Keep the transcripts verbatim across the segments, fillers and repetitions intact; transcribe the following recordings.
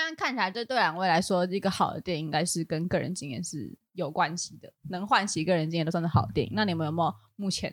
样看起来，对对两位来说，一个好的电影应该是跟个人经验是有关系的，能唤起个人经验都算是好的电影。那你们有没有目前？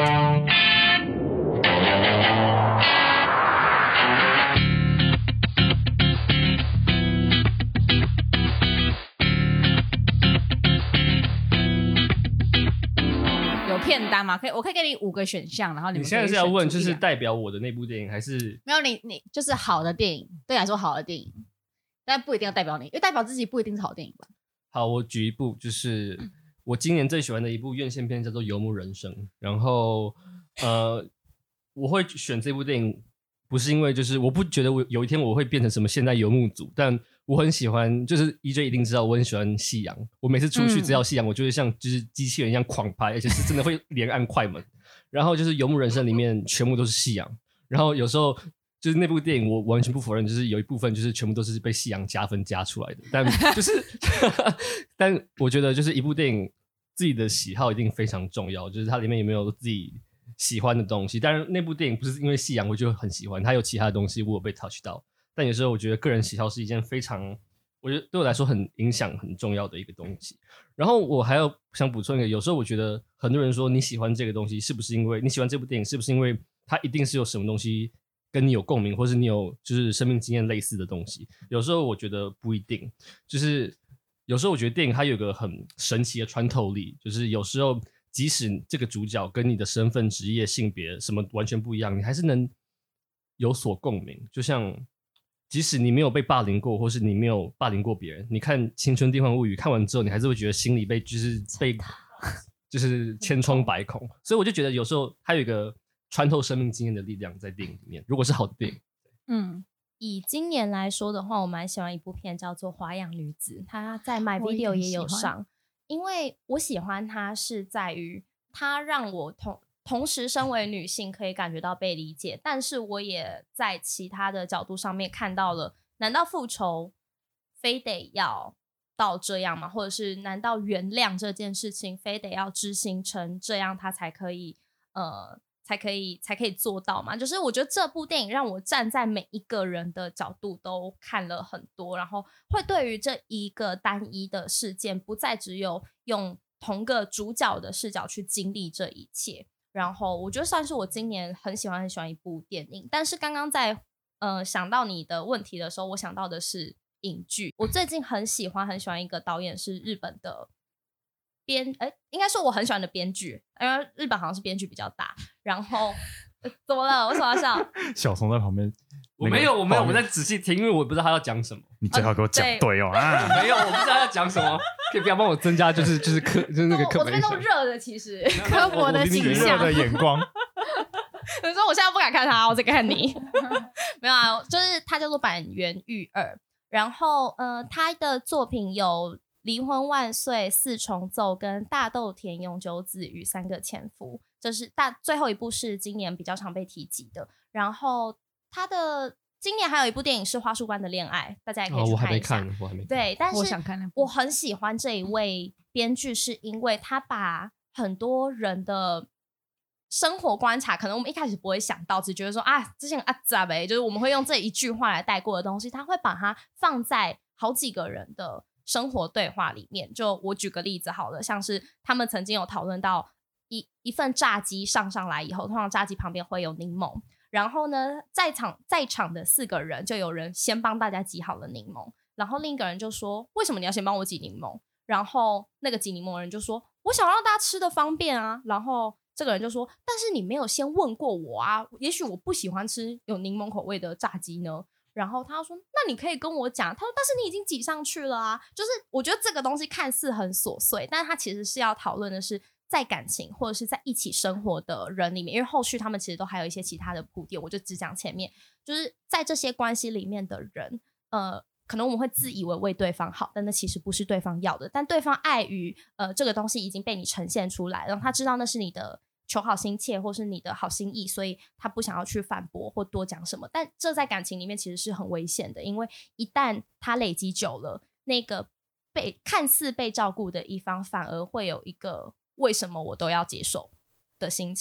片单嘛，可以，我可以给你五个选项，然后你们你现在是要问就是代表我的那部电影，还是没有你你就是好的电影，对你来说好的电影，但不一定要代表你，因为代表自己不一定是好电影吧。 好，我举一部，就是我今年最喜欢的一部院线片，叫做《游牧人生》。然后呃，我会选这部电影，不是因为就是我不觉得我有一天我会变成什么现代游牧族，但我很喜欢，就是 E J 一定知道我很喜欢夕阳。我每次出去只要夕阳，我就会像就是机器人一样狂拍，而且是真的会连按快门。然后就是《游牧人生》里面全部都是夕阳，然后有时候就是那部电影，我完全不否认，就是有一部分就是全部都是被夕阳加分加出来的。但就是但我觉得就是一部电影自己的喜好一定非常重要，就是它里面有没有自己喜欢的东西。当然那部电影不是因为夕阳我就很喜欢，它有其他的东西我有被 touch 到。但有时候我觉得个人喜好是一件非常，我觉得对我来说很影响很重要的一个东西。然后我还要想补充一个，有时候我觉得很多人说你喜欢这个东西，是不是因为你喜欢这部电影，是不是因为它一定是有什么东西跟你有共鸣，或是你有就是生命经验类似的东西？有时候我觉得不一定，就是有时候我觉得电影它有一个很神奇的穿透力，就是有时候即使这个主角跟你的身份、职业、性别什么完全不一样，你还是能有所共鸣。就像即使你没有被霸凌过，或是你没有霸凌过别人，你看《青春电幻物语》看完之后，你还是会觉得心里被就是被就是千疮百孔。所以我就觉得有时候还有一个穿透生命经验的力量在电影里面，如果是好的电影。 嗯，以今年来说的话，我蛮喜欢一部片叫做《花样女子》，它在 My Video 也有上。因为我喜欢它是在于它让我同同时身为女性可以感觉到被理解，但是我也在其他的角度上面看到了，难道复仇非得要到这样吗？或者是难道原谅这件事情非得要执行成这样它才可以呃才可以才可以做到吗？就是我觉得这部电影让我站在每一个人的角度都看了很多，然后会对于这一个单一的事件不再只有用同个主角的视角去经历这一切。然后我觉得算是我今年很喜欢很喜欢一部电影。但是刚刚在呃想到你的问题的时候，我想到的是影剧。我最近很喜欢很喜欢一个导演，是日本的编，哎，应该说我很喜欢的编剧，因为日本好像是编剧比较大。然后、呃、怎么了？为什么要笑？ 小松在旁边， 我没有，我没有，我在仔细听，因为我不知道他要讲什么。 你最好给我讲对哦。啊， 没有，我不知道他要讲什么，可以不要帮我增加就是就是刻就是那个刻板印象。 我这边都热的，其实刻薄的形象的眼光。 你说我现在不敢看他，我在看你。没有啊，就是他叫做坂元裕二。然后呃，他的作品有离婚万岁、四重奏跟大豆田永久子与三个前夫，这是大最后一部是今年比较常被提及的。然后他的今年还有一部电影是《花束般的恋爱》，大家也可以去看一下。 哦、我还没看，我还没看。 对，但是我想看那部。 我很喜欢这一位编剧，是因为他把很多人的生活观察，可能我们一开始不会想到，只觉得说啊，之前啊咋呗，就是我们会用这一句话来带过的东西，他会把它放在好几个人的生活对话里面。就我举个例子好了，像是他们曾经有讨论到一一份炸鸡上上来以后，通常炸鸡旁边会有柠檬，然后呢，在场在场的四个人就有人先帮大家挤好了柠檬，然后另一个人就说为什么你要先帮我挤柠檬？然后那个挤柠檬的人就说我想让大家吃的方便啊，然后这个人就说但是你没有先问过我啊，也许我不喜欢吃有柠檬口味的炸鸡呢。然后他说那你可以跟我讲，他说但是你已经挤上去了啊。就是我觉得这个东西看似很琐碎，但是他其实是要讨论的是在感情或者是在一起生活的人里面，因为后续他们其实都还有一些其他的铺垫，我就只讲前面，就是在这些关系里面的人呃，可能我们会自以为为对方好，但那其实不是对方要的，但对方碍于呃这个东西已经被你呈现出来，让他知道那是你的求好心切或是你的好心意，所以他不想要去反驳或多讲什么。但这在感情里面其实是很危险的，因为一旦他累积久了，那个被看似被照顾的一方反而会有一个为什么我都要接受的心情。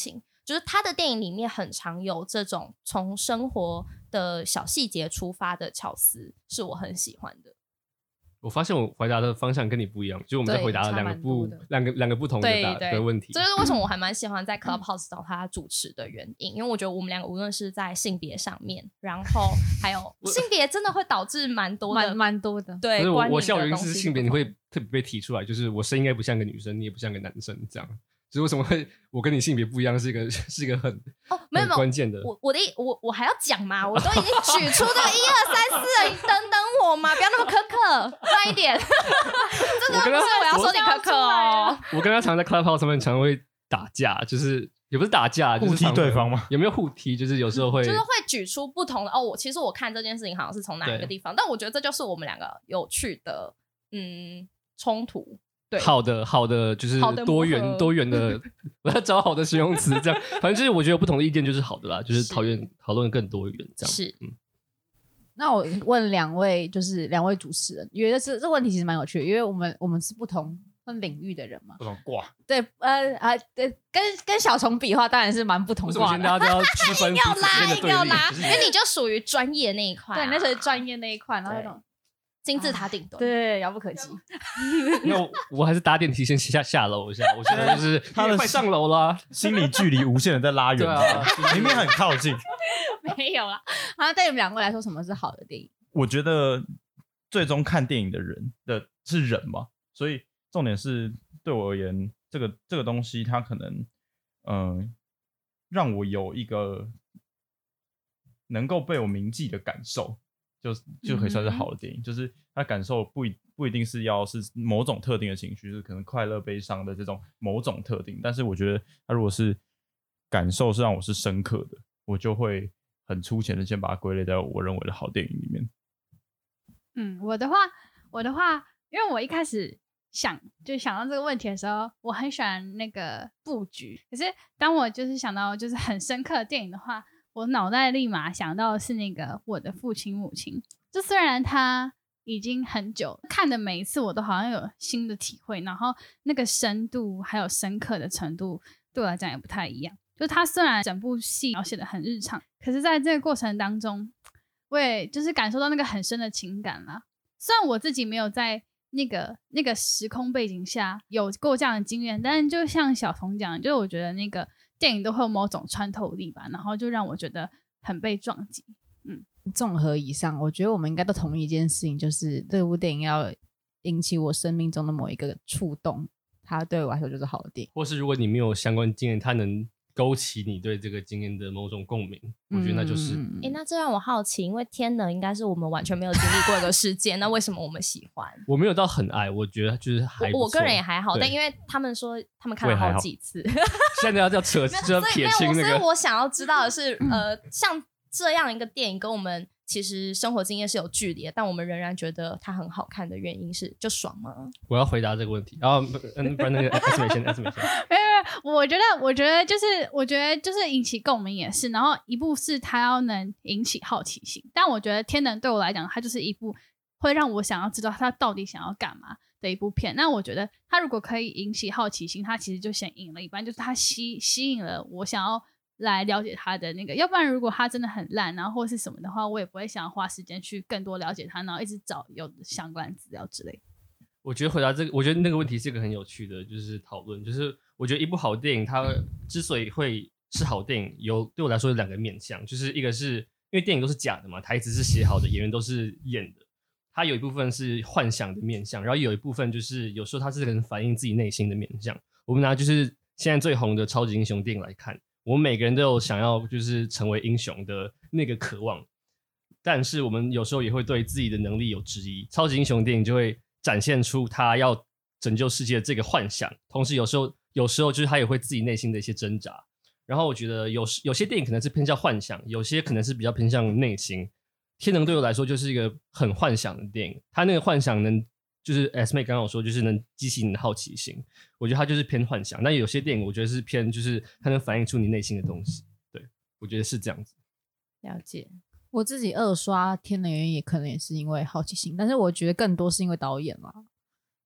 就是他的电影里面很常有这种从生活的小细节出发的巧思，是我很喜欢的。 我发现我回答的方向跟你不一样，就是我们在回答了两个不两个两个不同的答的问题。 这就是为什么我还蛮喜欢在 Clubhouse 找他主持的原因，因为我觉得我们两个无论是在性别上面，然后还有性别真的会导致蛮多的蛮蛮多的。 对， 我我笑原因是性别你会特别被提出来，就是我声音应该不像个女生，你也不像个男生这样。就是为什么会我跟你性别不一样，是一个是一个很哦，没有没有关键的。 我我的我我还要讲嘛，我都已经举出这个一二三四了，你等等我嘛，不要那么苛刻，慢一点。这个不是我要说你苛刻哦。 我跟他常在 Clubhouse 上面常会打架，就是也不是打架， 互踢对方吗？ 有没有互踢？就是有时候会， 就是会举出不同的哦。我其实我看这件事情好像是从哪一个地方，但我觉得这就是我们两个有趣的嗯冲突。对， 好的，好的，就是多元多元的，我要找好的形容词，这样，反正就是我觉得有不同的意见就是好的啦，就是讨论讨论更多元这样。 是， 嗯。 那我问两位，就是两位主持人，因为这这问题其实蛮有趣的，因为我们我们是不同领域的人嘛， 不同挂。 对，呃啊，对，跟跟小虫比的话，当然是蛮不同挂的。 大家都要区分要拉，硬要拉， 因为你就属于专业那一块、啊， 对，那是专业那一块，然后那种。 金字塔顶端， 对，遥不可及。 那我我还是搭电梯先下下楼一下。我现在就是他快上楼了、啊， 心理距离无限的在拉远， 啊， 明明很靠近。 没有啦。好，对你们两位来说，什么是好的电影？ 我觉得最终看电影的人的是人嘛，所以重点是对我而言，这个这个东西它可能嗯、呃、让我有一个能够被我铭记的感受。就就可以算是好的电影，嗯、就是他感受不一不一定是要是某种特定的情绪，就是可能快乐、悲伤的这种某种特定，但是我觉得他如果是感受是让我是深刻的，我就会很粗浅的先把它归类在我认为的好电影里面。 嗯，我的话，我的话，因为我一开始想就想到这个问题的时候，我很喜欢那个布局，可是当我就是想到就是很深刻的电影的话。我脑袋立马想到的是那个我的父亲母亲，就虽然他已经很久，看的每一次我都好像有新的体会，然后那个深度还有深刻的程度对我来讲也不太一样。就他虽然整部戏描写的很日常，可是在这个过程当中，我也就是感受到那个很深的情感啦。虽然我自己没有在那个那个时空背景下有过这样的经验，但是就像小彤讲，就是我觉得那个电影都会有某种穿透力吧，然后就让我觉得很被撞击。嗯， 综合以上，我觉得我们应该都同意一件事情，就是这部电影要引起我生命中的某一个触动，它对我来说就是好的电影。 或是如果你没有相关经验，它能勾起你对这个经验的某种共鸣，我觉得那就是。哎、 嗯欸，那这让我好奇，因为天能应该是我们完全没有经历过一个事件，那为什么我们喜欢？ 我没有到很爱，我觉得就是还不错。 我, 我个人也还好，但因为他们说他们看了好几次， 现在要要扯就要撇清那个。 所以我想要知道的是，呃，像这样一个电影跟我们其实生活经验是有距离的，但我们仍然觉得它很好看的原因是就爽吗？ 我要回答这个问题，然后嗯，不然那个 S 美先 S 美先。 没有没有，我觉得我觉得就是我觉得就是引起共鸣也是，然后一部是它要能引起好奇心，但我觉得天能对我来讲，它就是一部会让我想要知道它到底想要干嘛的一部片。那我觉得它如果可以引起好奇心，它其实就先赢了一半，就是它吸吸引了我想要来了解他的那个，要不然如果他真的很烂，然后或是什么的话，我也不会想要花时间去更多了解他，然后一直找有相关资料之类的。 我觉得回答这个，我觉得那个问题是一个很有趣的，就是讨论，就是我觉得一部好电影，它之所以会是好电影，有对我来说有两个面向，就是一个是因为电影都是假的嘛，台词是写好的，演员都是演的，它有一部分是幻想的面向，然后有一部分就是有时候它是能反映自己内心的面向。我们拿就是现在最红的超级英雄电影来看。我们每个人都有想要就是成为英雄的那个渴望，但是我们有时候也会对自己的能力有质疑。超级英雄电影就会展现出他要拯救世界的这个幻想，同时有时候有时候就是他也会自己内心的一些挣扎。然后我觉得有有些电影可能是偏向幻想，有些可能是比较偏向内心。天能对我来说就是一个很幻想的电影，他那个幻想能就是 S 妹刚刚有说，就是能激起你的好奇心。我觉得它就是偏幻想，但有些电影我觉得是偏，就是它能反映出你内心的东西。对，我觉得是这样子。 了解。 我自己二刷《天能》也可能也是因为好奇心，但是我觉得更多是因为导演啦。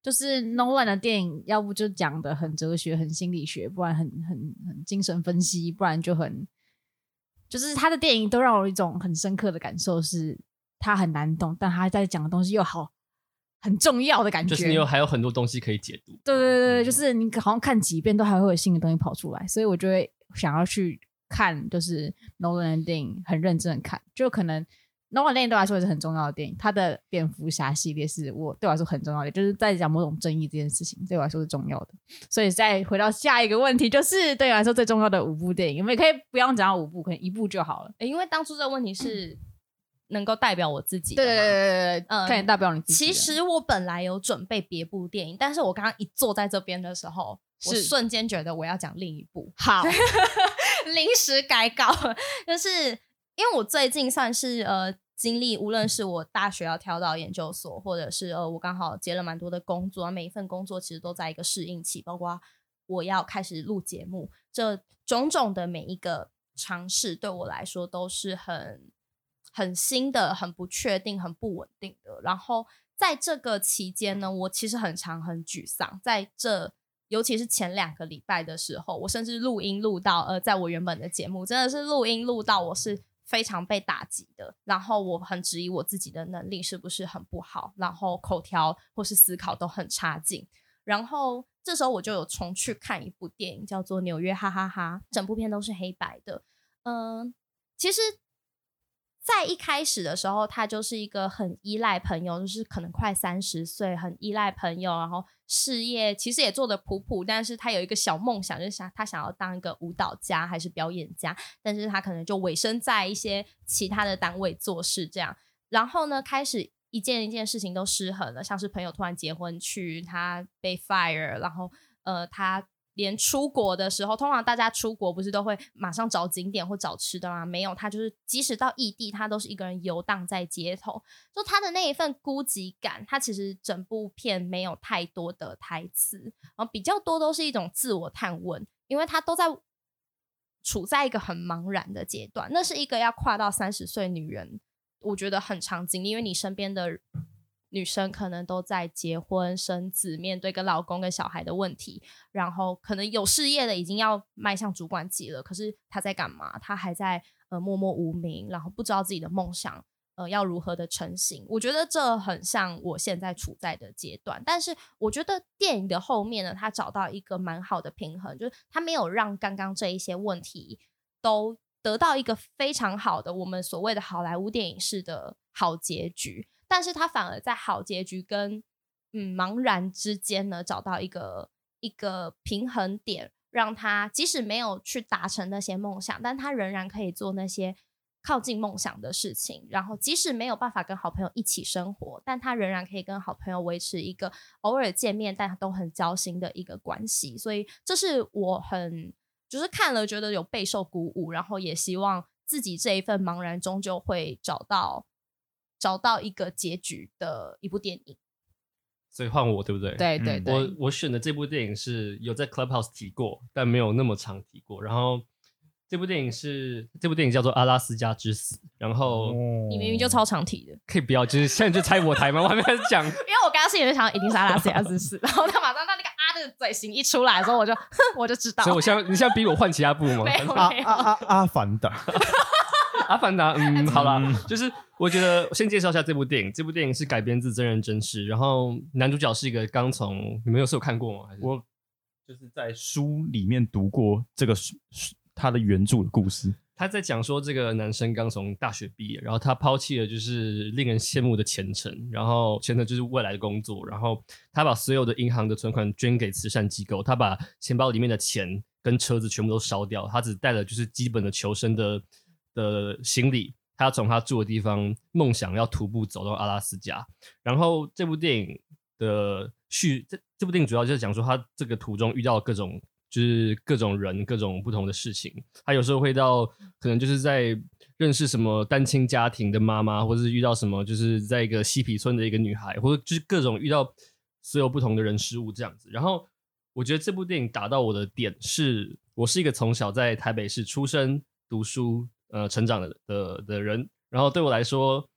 就是 Nolan 的电影，要不就讲的很哲学、很心理学，不然很很很精神分析，不然就很就是他的电影都让我有一种很深刻的感受，是他很难懂，但他在讲的东西又好很重要的感觉， 就是你有还有很多东西可以解读。 对对对对，就是你好像看几遍都还会有新的东西跑出来，所以我就会想要去看，就是 Nolan 的电影，很认真的看，就可能。Nolan 电影对我来说也是很重要的电影，他的蝙蝠侠系列是我对我来说很重要的，就是在讲某种正义这件事情对我来说是重要的。所以再回到下一个问题，就是对我来说最重要的五部电影，我们也可以不用讲到五部，可能一部就好了。 因为当初这个问题是能够代表我自己的嘛， 对对对对对， 嗯， 看你代表你自己。 其实我本来有准备别部电影，但是我刚刚一坐在这边的时候，我瞬间觉得我要讲另一部， 好， 临时改稿，就是因为我最近算是呃。经历无论是我大学要跳到研究所，或者是呃我刚好接了蛮多的工作，每一份工作其实都在一个适应期，包括我要开始录节目，这种种的每一个尝试对我来说都是很很新的、很不确定、很不稳定的。然后在这个期间呢，我其实很常很沮丧，在这尤其是前两个礼拜的时候，我甚至录音录到呃，在我原本的节目真的是录音录到我是非常被打击的，然后我很质疑我自己的能力是不是很不好，然后口条或是思考都很差劲。然后这时候我就有重去看一部电影叫做《纽约哈哈哈》，整部片都是黑白的。嗯，其实在一开始的时候他就是一个很依赖朋友，就是可能快三十岁，很依赖朋友，然后事业其实也做得普普，但是他有一个小梦想，就是想他想要当一个舞蹈家还是表演家，但是他可能就委身在一些其他的单位做事这样。然后呢，开始一件一件事情都失衡了，像是朋友突然结婚去，他被 fire， 然后呃他连出国的时候，通常大家出国不是都会马上找景点或找吃的吗？没有，他就是即使到异地，他都是一个人游荡在街头。就他的那一份孤寂感，他其实整部片没有太多的台词，然后比较多都是一种自我探问，因为他都在处在一个很茫然的阶段。那是一个要跨到三十岁女人，我觉得很常经历，因为你身边的女生可能都在结婚生子，面对跟老公跟小孩的问题，然后可能有事业的已经要迈向主管级了，可是她在干嘛？她还在呃默默无名，然后不知道自己的梦想呃要如何的成型。我觉得这很像我现在处在的阶段，但是我觉得电影的后面呢，他找到一个蛮好的平衡，就是他没有让刚刚这一些问题都得到一个非常好的我们所谓的好莱坞电影式的好结局，但是他反而在好结局跟嗯茫然之间呢，找到一个一个平衡点，让他即使没有去达成那些梦想，但他仍然可以做那些靠近梦想的事情，然后即使没有办法跟好朋友一起生活，但他仍然可以跟好朋友维持一个偶尔见面但都很交心的一个关系。所以这是我很就是看了觉得有备受鼓舞，然后也希望自己这一份茫然终究会找到找到一个结局的一部电影。 所以换我对不对？ 对对对， 我我选的这部电影是有在 Clubhouse 提过，但没有那么常提过。然后这部电影是这部电影叫做《阿拉斯加之死》，然后、 哦你明明就超常提的， 可以不要就是现在就拆我台吗？我还没开始讲。 因为我刚刚心里就想一定是阿拉斯加之死，然后他马上他那个啊的嘴型一出来的时候，我就哼我就知道。 所以我现在你现在逼我换其他部吗？ 没有阿没有阿阿阿凡达， 阿凡达，嗯，好啦，就是我觉得先介绍一下这部电影。这部电影是改编自真人真事，然后男主角是一个刚从你们有是有看过吗？还是我就是在书里面读过这个书他的原著的故事。 他在讲说，这个男生刚从大学毕业，然后他抛弃了就是令人羡慕的前程，然后前程就是未来的工作，然后他把所有的银行的存款捐给慈善机构，他把钱包里面的钱跟车子全部都烧掉，他只带了就是基本的求生的的行李，他要从他住的地方梦想要徒步走到阿拉斯加。然后这部电影的叙这这部电影主要就是讲说他这个途中遇到各种就是各种人各种不同的事情，他有时候会到可能就是在认识什么单亲家庭的妈妈，或者是遇到什么就是在一个嬉皮村的一个女孩，或者就是各种遇到所有不同的人事物这样子。然后我觉得这部电影打到我的点是，我是一个从小在台北市出生读书呃成长的的的人，然后对我来说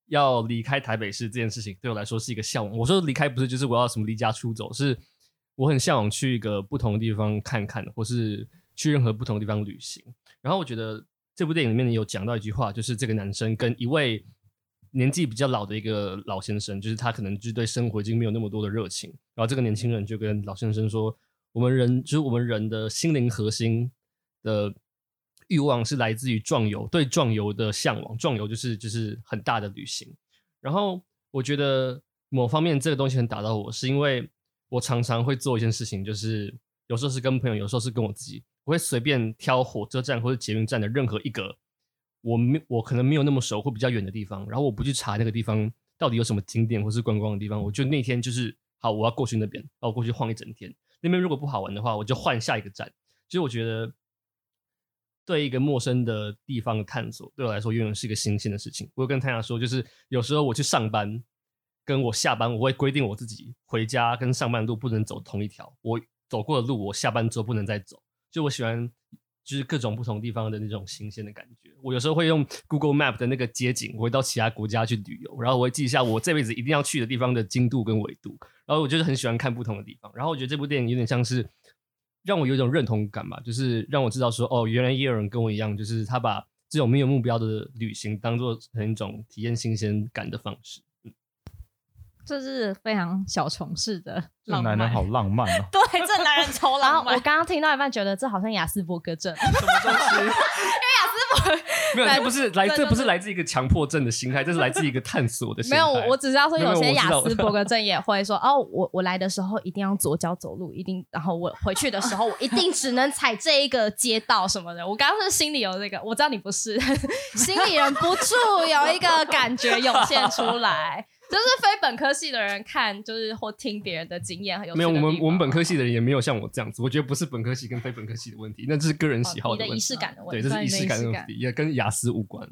要离开台北市这件事情对我来说是一个向往。我说离开不是就是我要什么离家出走，是我很向往去一个不同的地方看看，或是去任何不同的地方旅行。然后我觉得这部电影里面有讲到一句话，就是这个男生跟一位年纪比较老的一个老先生，就是他可能就是对生活已经没有那么多的热情，然后这个年轻人就跟老先生说，我们人就是我们人的心灵核心的欲望是来自于壮游，对壮游的向往，壮游就是就是很大的旅行。然后我觉得某方面这个东西很打到我，是因为我常常会做一件事情，就是有时候是跟朋友，有时候是跟我自己，我会随便挑火车站或者捷运站的任何一个我没我可能没有那么熟或比较远的地方，然后我不去查那个地方到底有什么景点或是观光的地方，我就那天就是好，我要过去那边，然后我过去晃一整天。那边如果不好玩的话，我就换下一个站。所以我觉得对一个陌生的地方的探索，对我来说永远是一个新鲜的事情。我有跟太阳说，就是有时候我去上班，跟我下班，我会规定我自己回家跟上班的路不能走同一条，我走过的路，我下班之后不能再走。就我喜欢就是各种不同地方的那种新鲜的感觉。我有时候会用 Google Map 的那个街景，我会到其他国家去旅游，然后我会记一下我这辈子一定要去的地方的经度跟纬度。然后我就是很喜欢看不同的地方。然后我觉得这部电影有点像是让我有一种认同感吧，就是让我知道说，哦，原来也有人跟我一样，就是他把这种没有目标的旅行当作成一种体验新鲜感的方式。 这是非常小虫式的浪漫， 这男人好浪漫哦。 对，这男人超然后浪漫。 我刚刚听到一半，觉得这好像亚斯伯格症， 什么东西？没有，这不是来，这不是来自一个强迫症的心态，这是来自一个探索的心态。 没有，我只知道说有些亚斯伯格没有症也会说，哦，我我来的时候一定要左脚走路，一定，然后我回去的时候我一定只能踩这一个街道什么的。我刚刚是心里有这个，我知道你不是，心里忍不住有一个感觉涌现出来。就是非本科系的人看，就是或听别人的经验很有趣的地方。 没有，我们我们本科系的人也没有像我这样子。我觉得不是本科系跟非本科系的问题，那这是个人喜好的问题。 哦、你的仪式感的问题， 对，这是仪式感的问题，也跟雅思无关。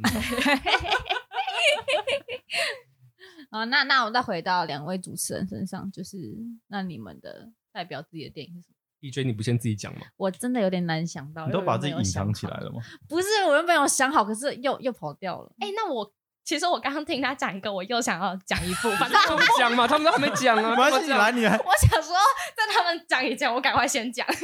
啊，那那我们再回到两位主持人身上，就是那你们的代表自己的电影是什么 ？E J， 你不先自己讲吗？ 我真的有点难想到， 你都把自己隐藏起来了吗？ 不是，我原本有想好，可是又又跑掉了。 哎、欸，那我。其实我刚刚听他讲一个，我又想要讲一部，反正他们讲嘛，他们都还没讲啊。 没关系，你来，你来。 我想说，在他们讲以前，我赶快先讲。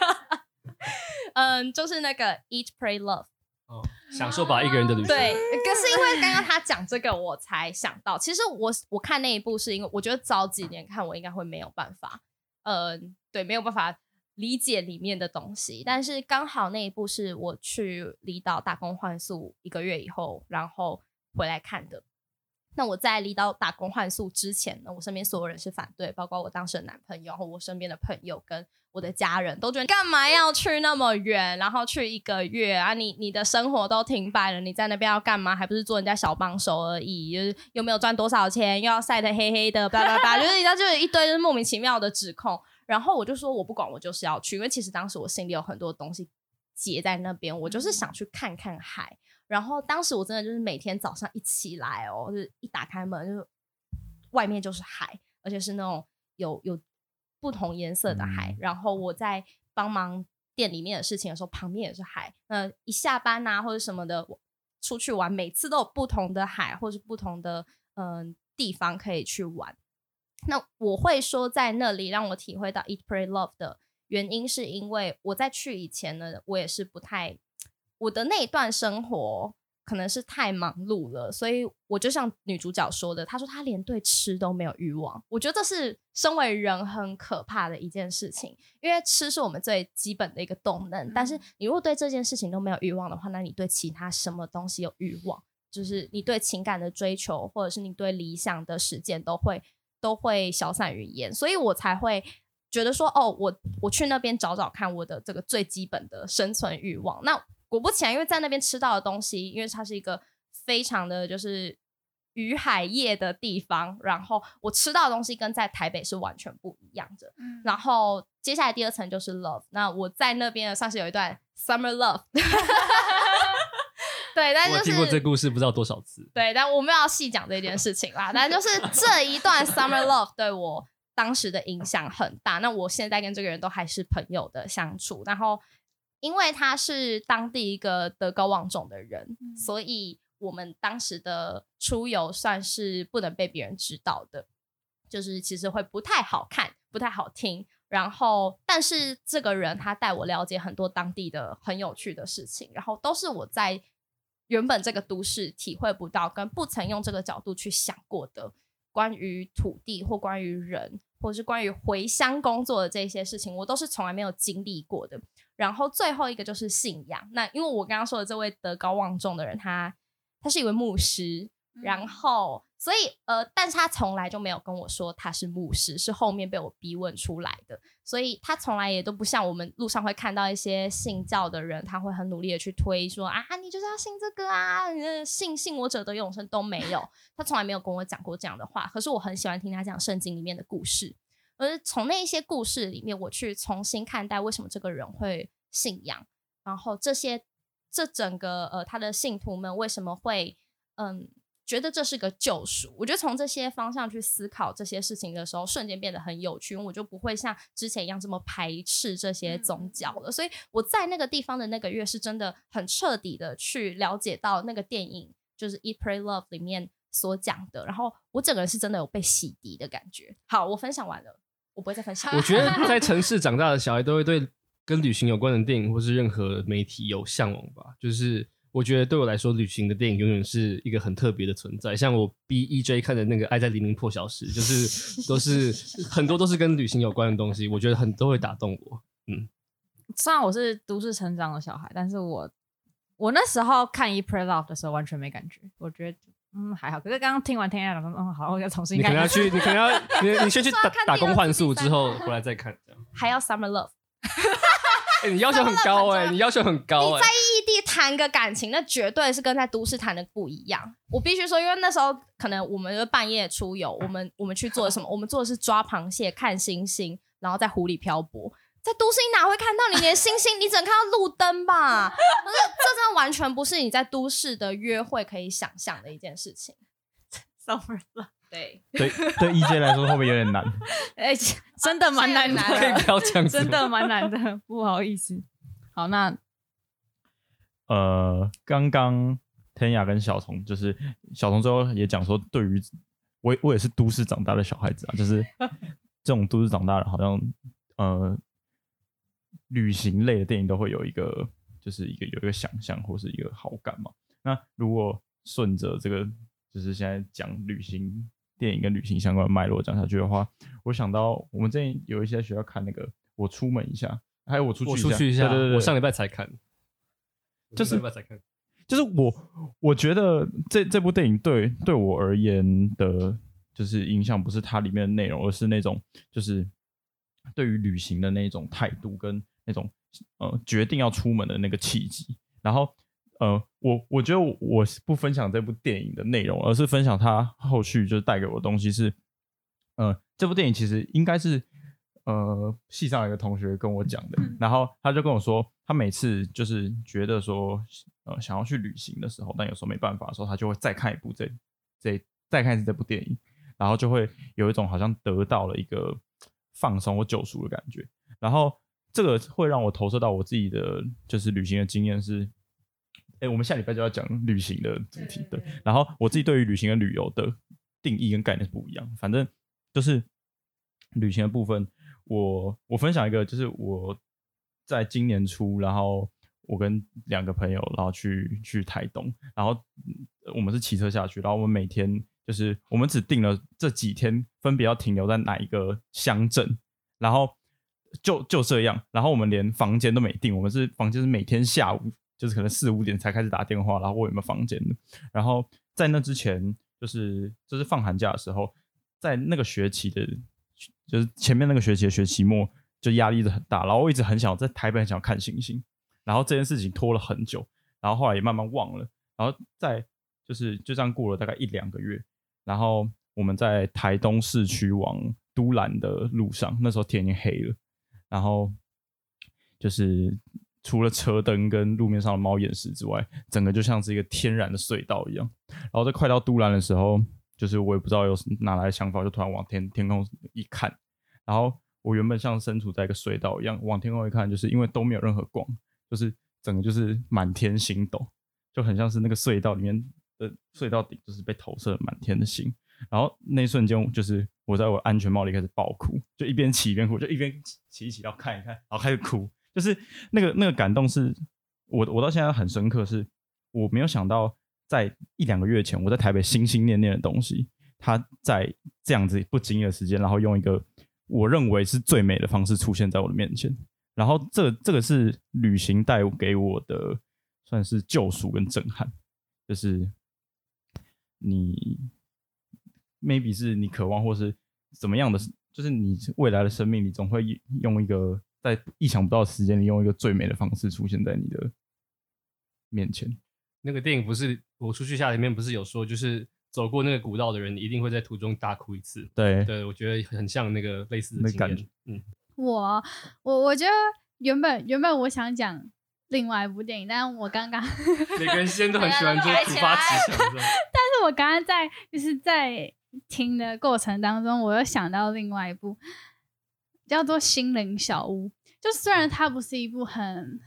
嗯，就是那个 Eat Pray Love， 哦，享受吧一个人的旅行。 对，可是因为刚刚他讲这个，我才想到，其实我我看那一部是因为我觉得早几年看我应该会没有办法，嗯，对，没有办法理解里面的东西，但是刚好那一部是我去离岛打工换宿一个月以后，然后回来看的。那我在离岛打工换宿之前呢，我身边所有人是反对，包括我当时的男朋友，然后我身边的朋友跟我的家人都觉得干嘛要去那么远，然后去一个月啊，你你的生活都停摆了，你在那边要干嘛？还不是做人家小帮手而已，就是又没有赚多少钱，又要晒得黑黑的，巴拉巴拉，就是人家就是一堆就是莫名其妙的指控。然后我就说我不管，我就是要去，因为其实当时我心里有很多东西结在那边，我就是想去看看海。然后当时我真的就是每天早上一起来哦，就是一打开门就是外面就是海，而且是那种有有不同颜色的海。嗯、然后我在帮忙店里面的事情的时候，旁边也是海。那一下班啊或者什么的出去玩，每次都有不同的海或是不同的嗯、呃、地方可以去玩。那我会说在那里让我体会到 Eat Pray Love 的原因，是因为我在去以前呢，我也是不太。我的那一段生活可能是太忙碌了，所以我就像女主角说的，她说她连对吃都没有欲望。我觉得这是身为人很可怕的一件事情，因为吃是我们最基本的一个动能、嗯、但是你如果对这件事情都没有欲望的话，那你对其他什么东西有欲望？就是你对情感的追求或者是你对理想的实践都会都会消散于烟，所以我才会觉得说哦，我我去那边找找看我的这个最基本的生存欲望。那果不其然，因为在那边吃到的东西，因为它是一个非常的就是渔海业的地方，然后我吃到的东西跟在台北是完全不一样的、嗯、然后接下来第二层就是 love， 那我在那边算是有一段 summer love 对，但、就是、 我听过这故事不知道多少次， 对，但我没有要细讲这件事情啦但就是这一段 summer love 对我当时的影响很大，那我现在跟这个人都还是朋友的相处，然后因为他是当地一个德高望重的人、嗯、所以我们当时的出游算是不能被别人知道的，就是其实会不太好看，不太好听。然后，但是这个人他带我了解很多当地的很有趣的事情，然后都是我在原本这个都市体会不到，跟不曾用这个角度去想过的，关于土地或关于人，或者是关于回乡工作的这些事情，我都是从来没有经历过的。然后最后一个就是信仰，那因为我刚刚说的这位德高望重的人，他他是一位牧师，然后所以呃，但是他从来就没有跟我说他是牧师，是后面被我逼问出来的。所以他从来也都不像我们路上会看到一些信教的人，他会很努力的去推说啊，你就是要信这个啊，你的信信我者得永生，都没有。他从来没有跟我讲过这样的话，可是我很喜欢听他讲圣经里面的故事，而从那一些故事里面，我去重新看待为什么这个人会信仰，然后这些这整个呃他的信徒们为什么会嗯觉得这是个救赎。我觉得从这些方向去思考这些事情的时候，瞬间变得很有趣，因为我就不会像之前一样这么排斥这些宗教了。所以我在那个地方的那个月是真的很彻底的去了解到那个电影就是 Eat Pray Love 里面所讲的，然后我整个人是真的有被洗涤的感觉。好，我分享完了，我不会再分享。 我觉得在城市长大的小孩都会对跟旅行有关的电影或是任何媒体有向往吧，就是我觉得对我来说，旅行的电影永远是一个很特别的存在。像我逼 E J 看的那个《爱在黎明破晓时》，就是都是很多都是跟旅行有关的东西，我觉得很都会打动我。嗯， 虽然我是都市成长的小孩，但是我我那时候看《Eat Pray Love》的时候完全没感觉，我觉得嗯还好。可是刚刚听完天亚讲说，嗯好，我要重新看。 你可能要去，你可能要你你先去打打工换宿之后回来再看，这样还要 Summer Love。 欸、你要求很高哎、欸，你要求很高哎、欸。 你在异地谈个感情，那绝对是跟在都市谈的不一样。我必须说，因为那时候可能我们半夜出游，我们我们去做什么？我们做的是抓螃蟹、看星星，然后在湖里漂泊。在都市你哪会看到？你连星星，你只能看到路灯吧？可是这真的完全不是你在都市的约会可以想象的一件事情。 Summer Love。 对对对 E J 来说会不会有点难？ 哎、欸，真的蛮难的， 可以不要这样子， 真的蛮难的，不好意思。好，那呃，刚刚天雅跟小虫，就是小虫最后也讲说，对于我我也是都市长大的小孩子啊，就是这种都市长大的，好像呃，旅行类的电影都会有一个，就是一个有一个想象或是一个好感嘛。那如果顺着这个，就是现在讲旅行电影跟旅行相关的脉络讲下去的话，我想到我们之前有一些学校看那个《我出门一下》，还有我出去一下， 我出去一下， 对对对， 我上礼拜才看， 就是上礼拜才看， 就是我我觉得这这部电影对对我而言的，就是影响不是它里面的内容，而是那种就是对于旅行的那种态度跟那种呃决定要出门的那个契机，然后。呃，我我觉得我我不分享这部电影的内容，而是分享它后续就是带给我的东西是，呃，这部电影其实应该是呃系上有一个同学跟我讲的，然后他就跟我说，他每次就是觉得说，呃，想要去旅行的时候，但有时候没办法的时候，他就会再看一部这这再看一次这部电影，然后就会有一种好像得到了一个放松或救赎的感觉，然后这个会让我投射到我自己的就是旅行的经验是。哎，我们下礼拜就要讲旅行的主题，对。然后我自己对于旅行跟旅游的定义跟概念是不一样，反正就是旅行的部分，我我分享一个，就是我在今年初，然后我跟两个朋友，然后去去台东，然后我们是骑车下去，然后我们每天就是我们只定了这几天分别要停留在哪一个乡镇，然后就就这样，然后我们连房间都没定，我们是房间是每天下午。就是可能四五点才开始打电话，然后问有没有房间的。然后在那之前，就是就是放寒假的时候，在那个学期的，就是前面那个学期的学期末，就压力一直很大。然后我一直很想在台北很想看星星，然后这件事情拖了很久，然后后来也慢慢忘了。然后在就是就这样过了大概一两个月，然后我们在台东市区往都兰的路上，那时候天已经黑了，然后就是。除了车灯跟路面上的猫眼石之外，整个就像是一个天然的隧道一样。然后在快到都兰的时候，就是我也不知道有哪来的想法，就突然往天天空一看，然后我原本像身处在一个隧道一样，往天空一看，就是因为都没有任何光，就是整个就是满天星斗，就很像是那个隧道里面的隧道顶就是被投射满天的星，然后那一瞬间就是我在我安全帽里开始爆哭，就一边骑一边哭，就一边骑一骑到看一看，然后开始哭，就是那个那个感动是我我到现在很深刻，是我没有想到在一两个月前我在台北心心念念的东西，它在这样子不经意的时间，然后用一个我认为是最美的方式出现在我的面前，然后这这个是旅行带给我的算是救赎跟震撼，就是你 maybe 是你渴望或是怎么样的，就是你未来的生命你总会用一个在意想不到的时间里用一个最美的方式出现在你的面前。 那个电影不是我出去下里面不是有说，就是走过那个古道的人一定会在途中大哭一次。 对对，我觉得很像那个类似的经验。嗯， 我我我觉得原本原本我想讲另外一部电影，但我刚刚每个人之间都很喜欢做突发奇想，但是我刚刚在就是在听的过程当中，我又想到另外一部叫做《心灵小屋》，就虽然它不是一部很，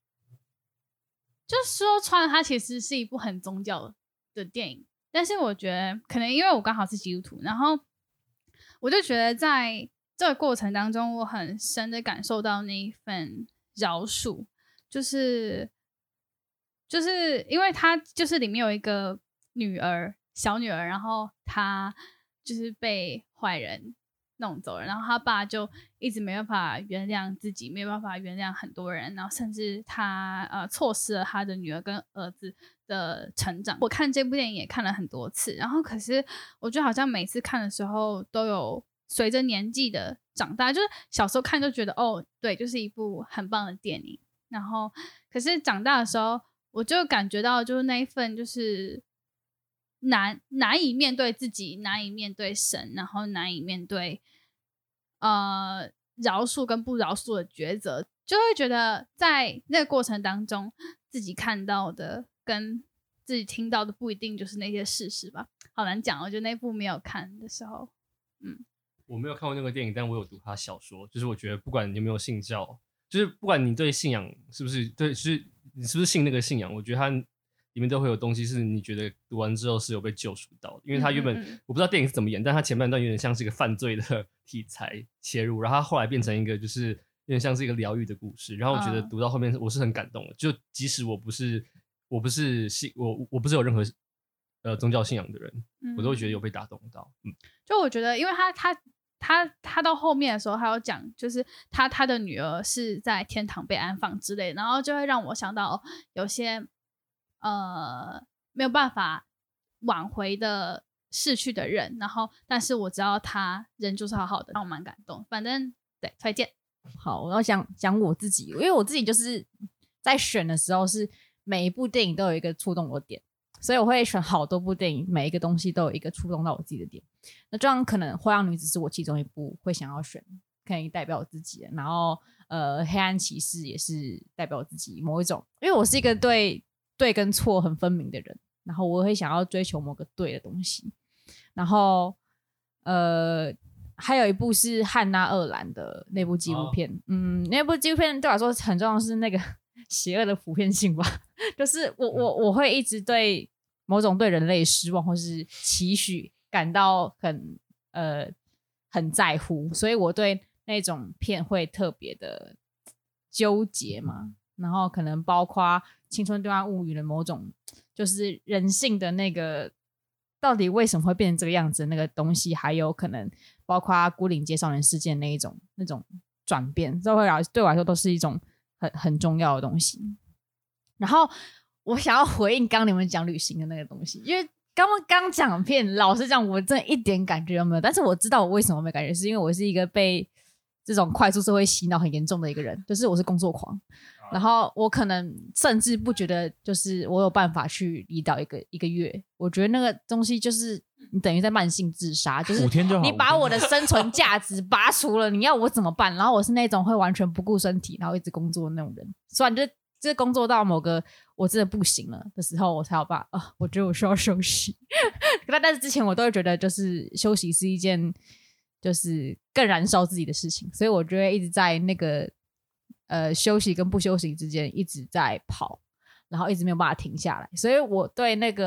就是说穿了它其实是一部很宗教的电影，但是我觉得可能因为我刚好是基督徒，然后我就觉得在这个过程当中，我很深的感受到那一份饶恕，就是就是因为他就是里面有一个女儿小女儿，然后她就是被坏人弄走了，然后他爸就一直没办法原谅自己，没办法原谅很多人，然后甚至他呃错失了他的女儿跟儿子的成长。我看这部电影也看了很多次，然后可是我觉得好像每次看的时候都有随着年纪的长大，就是小时候看就觉得哦对，就是一部很棒的电影，然后可是长大的时候我就感觉到就是那一份就是难难以面对自己，难以面对神，然后难以面对呃饶恕跟不饶恕的抉择，就会觉得在那个过程当中自己看到的跟自己听到的不一定就是那些事实吧，好难讲。我觉得那部没有看的时候嗯， 我没有看过那个电影，但我有读他小说，就是我觉得不管你有没有信教，就是不管你对信仰是不是对，就是你是不是信那个信仰，我觉得他里面都会有东西是你觉得读完之后是有被救赎到的，因为他原本、嗯嗯嗯、我不知道电影是怎么演，但他前半段有点像是一个犯罪的题材切入，然后他后来变成一个就是有点像是一个疗愈的故事，然后我觉得读到后面我是很感动的，就即使我不是我不是信我我不是有任何呃宗教信仰的人、嗯，我都觉得有被打动到。嗯， 就我觉得，因为他他他他到后面的时候，他有讲，就是他他的女儿是在天堂被安放之类的，然后就会让我想到、哦、有些。呃，没有办法挽回的逝去的人，然后但是我知道他人就是好好的，让我蛮感动。反正对，推荐。 好，我要讲讲我自己，因为我自己就是在选的时候是每一部电影都有一个触动我的点，所以我会选好多部电影，每一个东西都有一个触动到我自己的点。那这样可能《灰狼女子》是我其中一部会想要选，可以代表我自己的，然后呃，《黑暗骑士》也是代表我自己某一种，因为我是一个对。对跟错很分明的人，然后我会想要追求某个对的东西，然后呃，还有一部是汉娜·鄂兰的那部纪录片、哦、嗯，那部纪录片对我来说很重要的是那个邪恶的普遍性吧，就是我我我会一直对某种对人类失望或是期许感到很呃很在乎，所以我对那种片会特别的纠结嘛，然后可能包括青春对话物语的某种就是人性的那个到底为什么会变成这个样子的那个东西，还有可能包括孤岭街少年事件那一种那种转变，这会对我来说都是一种很很重要的东西。然后我想要回应刚刚你们讲旅行的那个东西，因为刚刚讲片老实讲我真的一点感觉都没有，但是我知道我为什么没感觉，是因为我是一个被这种快速社会洗脑很严重的一个人，就是我是工作狂，然后我可能甚至不觉得就是我有办法去离岛一个一个月，我觉得那个东西就是你等于在慢性自杀，就是你把我的生存价值拔除了，你要我怎么办？然后我是那种会完全不顾身体然后一直工作的那种人，虽然就这工作到某个我真的不行了的时候我才有办法、啊、我觉得我需要休息但是之前我都会觉得就是休息是一件就是更燃烧自己的事情，所以我就会一直在那个呃休息跟不休息之间一直在跑，然后一直没有办法停下来，所以我对那个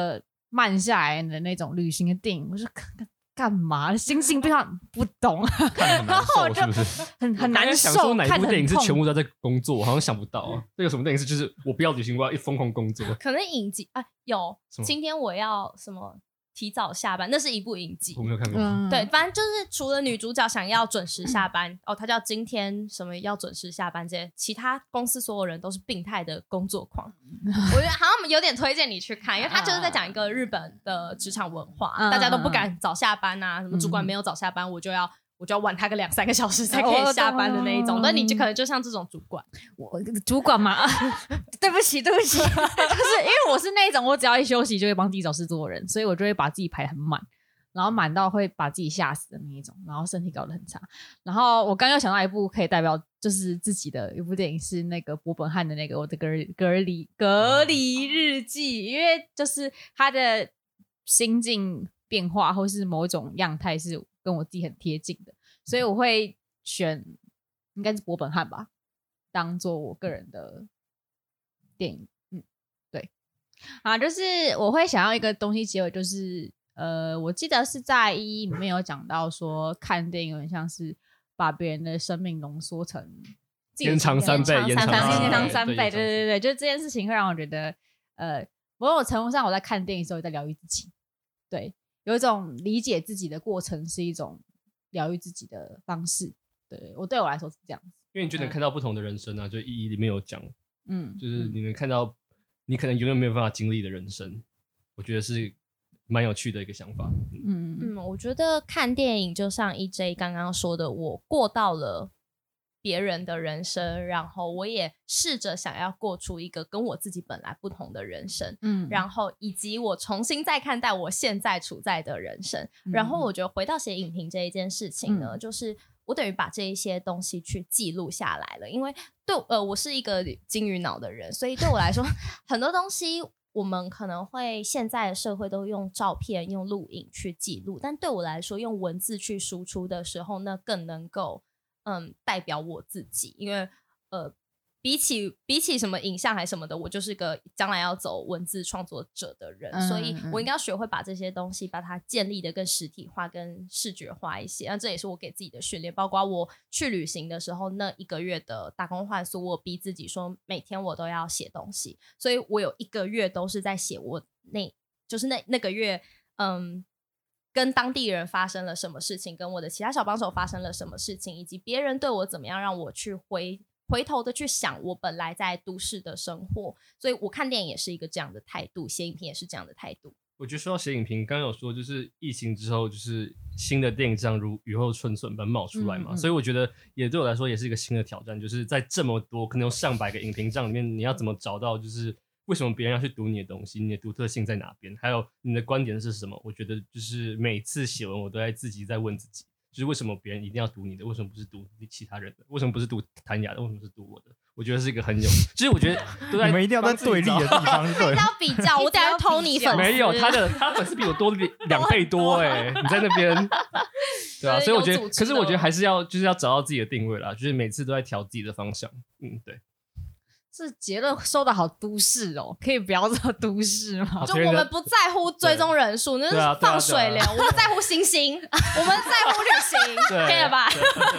慢下来的那种旅行的电影，我就干嘛？心情非常不懂， 看很难受是不是？ 很很难受。 想说哪一部电影是全部的都在工作，好像想不到啊。这有什么电影是就是我不要旅行，我要一疯狂工作？ 可能影集啊，有什么今天我要什么提早下班，那是一部影集我。没有看过。 嗯对，反正就是除了女主角想要准时下班、哦，她叫今天什么要准时下班这些，其他公司所有人都是病态的工作狂。我觉得好像有点推荐你去看，因为他就是在讲一个日本的职场文化， 嗯大家都不敢早下班啊，什么主管没有早下班，我就要我就要晚他个两三个小时才可以下班的那一种。那、 嗯你就可能就像这种主管， 我主管嘛，对不起，对不起，就是因为我是那种我只要一休息就会帮自己找事做的人，所以我就会把自己排得很满，然后满到会把自己吓死的那一种，然后身体搞得很差。然后我刚刚又想到一部可以代表就是自己的一部电影，是那个伯本汉的那个我的隔隔离隔离日记，因为就是他的心境变化或是某一种样态是跟我自己很贴近的，所以我会选应该是伯本汉吧，当做我个人的电影。嗯，对啊，就是我会想要一个东西结尾，就是呃，我记得是在一一里面有讲到说，看电影有点像是把别人的生命浓缩成自己的延长三倍， 延长三倍延长三倍，对对对对，就这件事情会让我觉得，呃，某种程度上我在看电影的时候也在疗愈自己，对，有一种理解自己的过程是一种疗愈自己的方式，对我对我来说是这样子， 因为你就能看到不同的人生啊，就意义里面有讲， 嗯， 就是你能看到你可能永远没有办法经历的人生，我觉得是蛮有趣的一个想法。 嗯嗯嗯，我觉得看电影就像 E J 刚刚说的，我过到了别人的人生，然后我也试着想要过出一个跟我自己本来不同的人生， 嗯， 然后以及我重新再看待我现在处在的人生。 嗯然后我觉得回到写影评这一件事情呢， 嗯就是我等于把这一些东西去记录下来了，因为对呃我是一个金鱼脑的人，所以对我来说很多东西我们可能会现在的社会都用照片用录影去记录，但对我来说用文字去输出的时候，那更能够嗯代表我自己，因为呃比起比起什么影像还什么的，我就是个将来要走文字创作者的人， 嗯所以我应该要学会把这些东西把它建立的更实体化跟视觉化一些。那这也是我给自己的训练，包括我去旅行的时候那一个月的打工换宿，我逼自己说每天我都要写东西，所以我有一个月都是在写我那就是那那个月嗯跟当地人发生了什么事情，跟我的其他小帮手发生了什么事情，以及别人对我怎么样，让我去回回头的去想我本来在都市的生活。所以我看电影也是一个这样的态度，写影评也是这样的态度。 我觉得说到写影评，刚刚有说就是疫情之后，就是新的电影这样如雨后春笋般冒出来嘛， 嗯嗯所以我觉得也对我来说也是一个新的挑战，就是在这么多可能有上百个影评账里面，你要怎么找到就是为什么别人要去读你的东西，你的独特性在哪边，还有你的观点是什么。我觉得就是每次写文我都在自己在问自己，就是为什么别人一定要读你的，为什么不是读其他人的，为什么不是读谭雅的，为什么是读我的。我觉得是一个很有，就是我觉得都在你们一定要在对立的地方，对要比较，我等下偷你粉丝。 没有他的，他粉丝比我多两倍多哎、欸！你在那边，对啊，所以我觉得，可是我觉得还是要就是要找到自己的定位啦，就是每次都在调自己的方向。嗯，对。 这结论收的好都市哦，可以不要这么都市吗？ 就我们不在乎追踪人数，那是放水流。我们在乎星星，我们在乎旅行，可以了吧？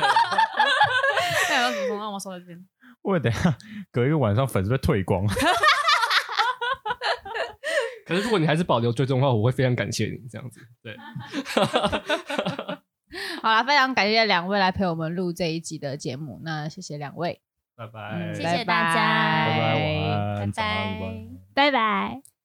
那有什么让我说在这边？ 我等一下隔一个晚上粉丝被退光。 可是如果你还是保留追踪的话，我会非常感谢你这样子。对。 好啦，非常感谢两位来陪我们录这一集的节目，那谢谢两位， 拜拜， 嗯谢谢大家， 拜拜，晚安， 拜拜早安，晚安。 拜拜。